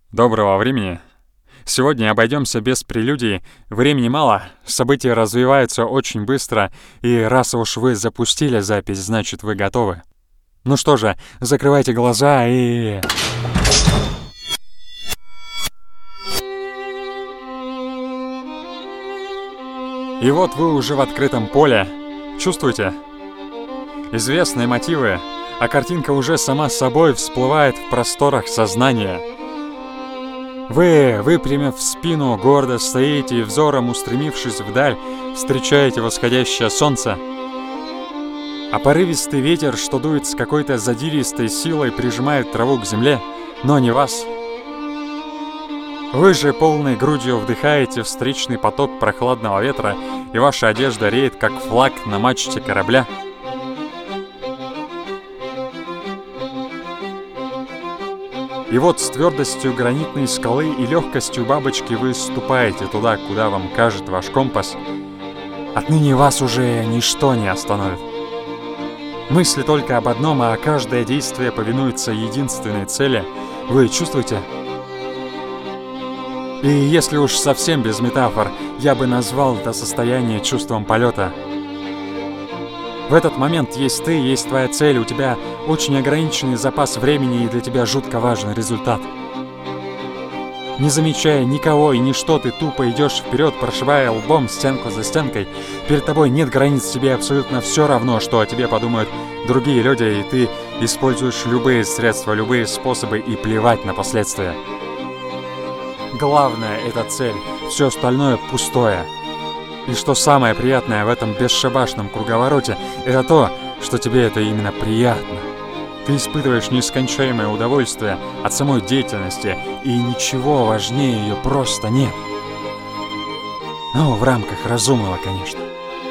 Доброго времени. Сегодня обойдемся без прелюдий. Времени мало, события развиваются очень быстро, и раз уж вы запустили запись, значит вы готовы. Ну что же, закрывайте глаза и... И вот вы уже в открытом поле. Чувствуете? Известные мотивы, а картинка уже сама собой всплывает в просторах сознания. Вы, выпрямив спину, гордо стоите и, взором устремившись вдаль, встречаете восходящее солнце. А порывистый ветер, что дует с какой-то задиристой силой, прижимает траву к земле, но не вас. Вы же полной грудью вдыхаете встречный поток прохладного ветра, и ваша одежда реет, как флаг на мачте корабля. И вот с твердостью гранитной скалы и легкостью бабочки вы ступаете туда, куда вам кажет ваш компас. Отныне вас уже ничто не остановит. Мысли только об одном, а каждое действие повинуется единственной цели. Вы чувствуете? И если уж совсем без метафор, я бы назвал это состояние чувством полета. В этот момент есть ты, есть твоя цель, у тебя очень ограниченный запас времени и для тебя жутко важный результат. Не замечая никого и ничто, ты тупо идешь вперед, прошивая лбом стенку за стенкой. Перед тобой нет границ, тебе абсолютно все равно, что о тебе подумают другие люди, и ты используешь любые средства, любые способы и плевать на последствия. Главное — это цель, все остальное пустое. И что самое приятное в этом бесшабашном круговороте, это то, что тебе это именно приятно. Ты испытываешь нескончаемое удовольствие от самой деятельности, и ничего важнее ее просто нет. Ну, в рамках разумного, конечно.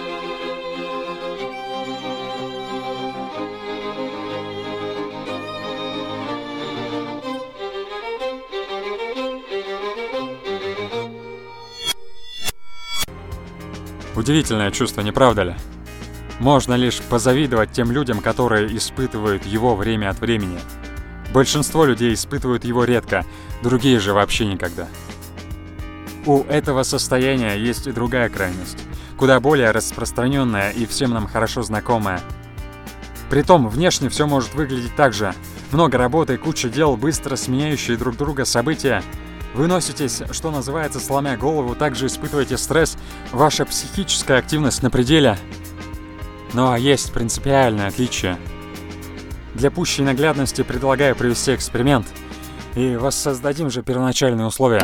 Удивительное чувство, не правда ли? Можно лишь позавидовать тем людям, которые испытывают его время от времени. Большинство людей испытывают его редко, другие же вообще никогда. У этого состояния есть и другая крайность, куда более распространенная и всем нам хорошо знакомая. Притом, внешне все может выглядеть так же. Много работы, куча дел, быстро сменяющие друг друга события. Вы носитесь, что называется, сломя голову, также испытываете стресс, ваша психическая активность на пределе. Но есть принципиальное отличие. Для пущей наглядности предлагаю провести эксперимент. И воссоздадим же первоначальные условия.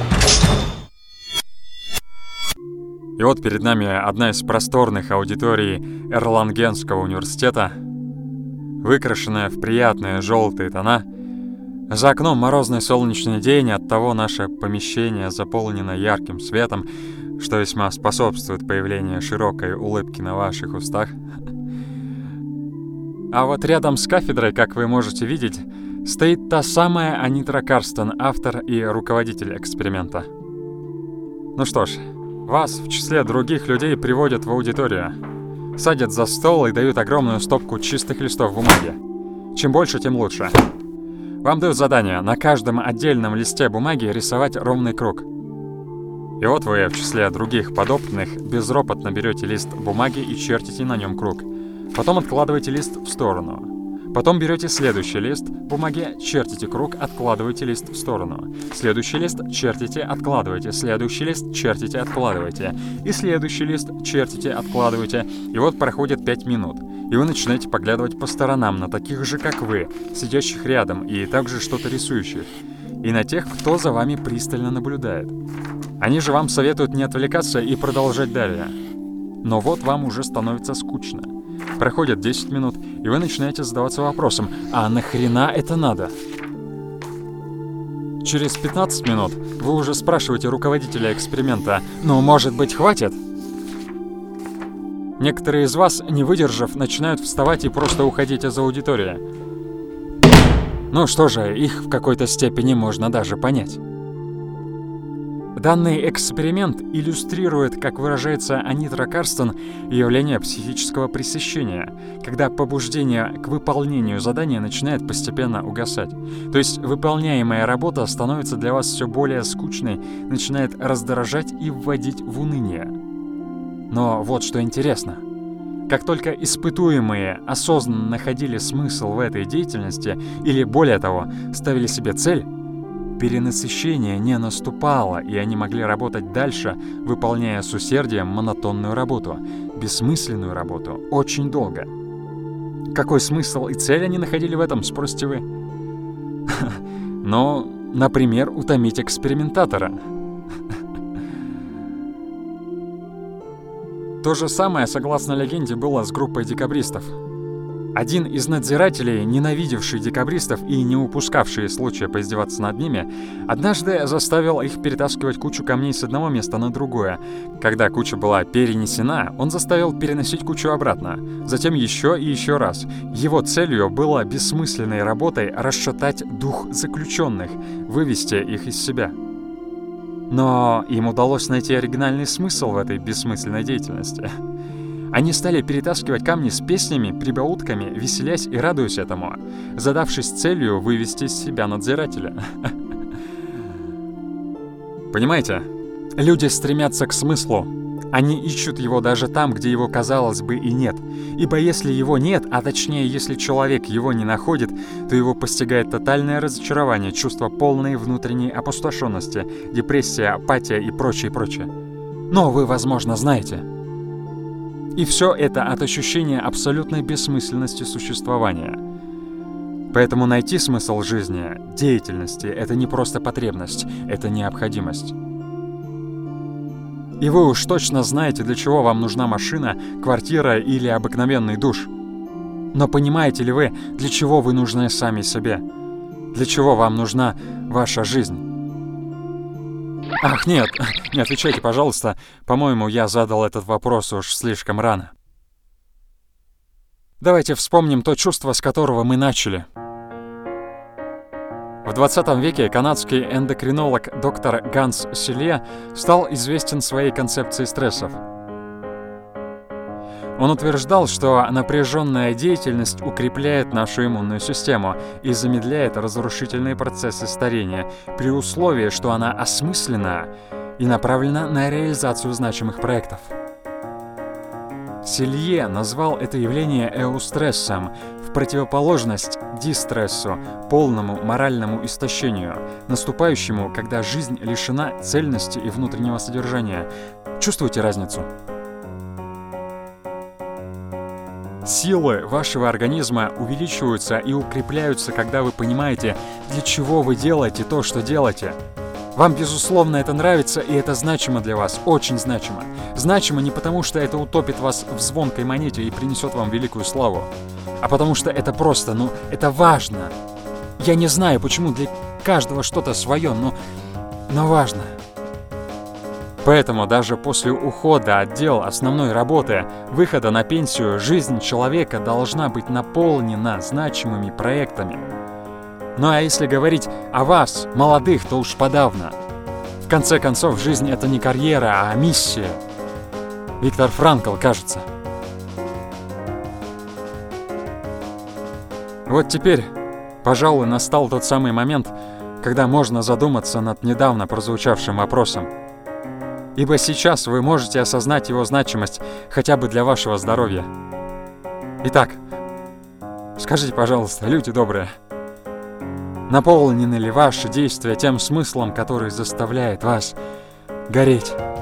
И вот перед нами одна из просторных аудиторий Эрлангенского университета, выкрашенная в приятные желтые тона. За окном морозный солнечный день, оттого наше помещение заполнено ярким светом, что весьма способствует появлению широкой улыбки на ваших устах. А вот рядом с кафедрой, как вы можете видеть, стоит та самая Анитра Карстен, автор и руководитель эксперимента. Ну что ж, вас в числе других людей приводят в аудиторию, садят за стол и дают огромную стопку чистых листов бумаги. Чем больше, тем лучше. Вам дают задание на каждом отдельном листе бумаги рисовать ровный круг. И вот вы в числе других подопытных безропотно берете лист бумаги и чертите на нем круг. Потом откладываете лист в сторону. Потом берете следующий лист бумаги, чертите круг, откладываете лист в сторону. Следующий лист чертите, откладываете. Следующий лист чертите, откладываете. И следующий лист чертите, откладываете. И вот проходит 5 минут. И вы начинаете поглядывать по сторонам на таких же, как вы, сидящих рядом и также что-то рисующих. И на тех, кто за вами пристально наблюдает. Они же вам советуют не отвлекаться и продолжать далее. Но вот вам уже становится скучно. Проходит 10 минут, и вы начинаете задаваться вопросом: а нахрена это надо? Через 15 минут вы уже спрашиваете руководителя эксперимента: ну, может быть, хватит? Некоторые из вас, не выдержав, начинают вставать и просто уходить из аудитории. Ну что же, их в какой-то степени можно даже понять. Данный эксперимент иллюстрирует, как выражается Анитра Карстен, явление психического пресыщения, когда побуждение к выполнению задания начинает постепенно угасать. То есть выполняемая работа становится для вас все более скучной, начинает раздражать и вводить в уныние. Но вот что интересно. Как только испытуемые осознанно находили смысл в этой деятельности, или более того, ставили себе цель, перенасыщение не наступало, и они могли работать дальше, выполняя с усердием монотонную работу, бессмысленную работу, очень долго. Какой смысл и цель они находили в этом, спросите вы? Ну, например, утомить экспериментатора. То же самое, согласно легенде, было с группой декабристов. Один из надзирателей, ненавидевший декабристов и не упускавший случая поиздеваться над ними, однажды заставил их перетаскивать кучу камней с одного места на другое. Когда куча была перенесена, он заставил переносить кучу обратно, затем еще и еще раз. Его целью было бессмысленной работой расшатать дух заключенных, вывести их из себя. Но им удалось найти оригинальный смысл в этой бессмысленной деятельности. Они стали перетаскивать камни с песнями, прибаутками, веселясь и радуясь этому, задавшись целью вывести из себя надзирателя. Понимаете? Люди стремятся к смыслу. Они ищут его даже там, где его, казалось бы, и нет. Ибо если его нет, а точнее, если человек его не находит, то его постигает тотальное разочарование, чувство полной внутренней опустошенности, депрессия, апатия и прочее, прочее. Но вы, возможно, знаете. И все это от ощущения абсолютной бессмысленности существования. Поэтому найти смысл жизни, деятельности — это не просто потребность, это необходимость. И вы уж точно знаете, для чего вам нужна машина, квартира или обыкновенный душ. Но понимаете ли вы, для чего вы нужны сами себе? Для чего вам нужна ваша жизнь? Ах, нет, не отвечайте, пожалуйста. По-моему, я задал этот вопрос уж слишком рано. Давайте вспомним то чувство, с которого мы начали. В 20 веке канадский эндокринолог доктор Ганс Силье стал известен своей концепцией стрессов. Он утверждал, что напряженная деятельность укрепляет нашу иммунную систему и замедляет разрушительные процессы старения, при условии, что она осмыслена и направлена на реализацию значимых проектов. Силье назвал это явление эустрессом, в противоположность дистрессу, полному моральному истощению, наступающему, когда жизнь лишена цельности и внутреннего содержания. Чувствуете разницу? Силы вашего организма увеличиваются и укрепляются, когда вы понимаете, для чего вы делаете то, что делаете. Вам, безусловно, это нравится, и это значимо для вас, очень значимо. Значимо не потому, что это утопит вас в звонкой монете и принесет вам великую славу, а потому что это просто, это важно. Я не знаю, почему для каждого что-то свое, но важно. Поэтому даже после ухода от дел основной работы, выхода на пенсию, жизнь человека должна быть наполнена значимыми проектами. Ну а если говорить о вас, молодых, то уж подавно. В конце концов, жизнь — это не карьера, а миссия. Виктор Франкл, кажется. Вот теперь, пожалуй, настал тот самый момент, когда можно задуматься над недавно прозвучавшим вопросом. Ибо сейчас вы можете осознать его значимость хотя бы для вашего здоровья. Итак, скажите, пожалуйста, люди добрые, наполнены ли ваши действия тем смыслом, который заставляет вас гореть?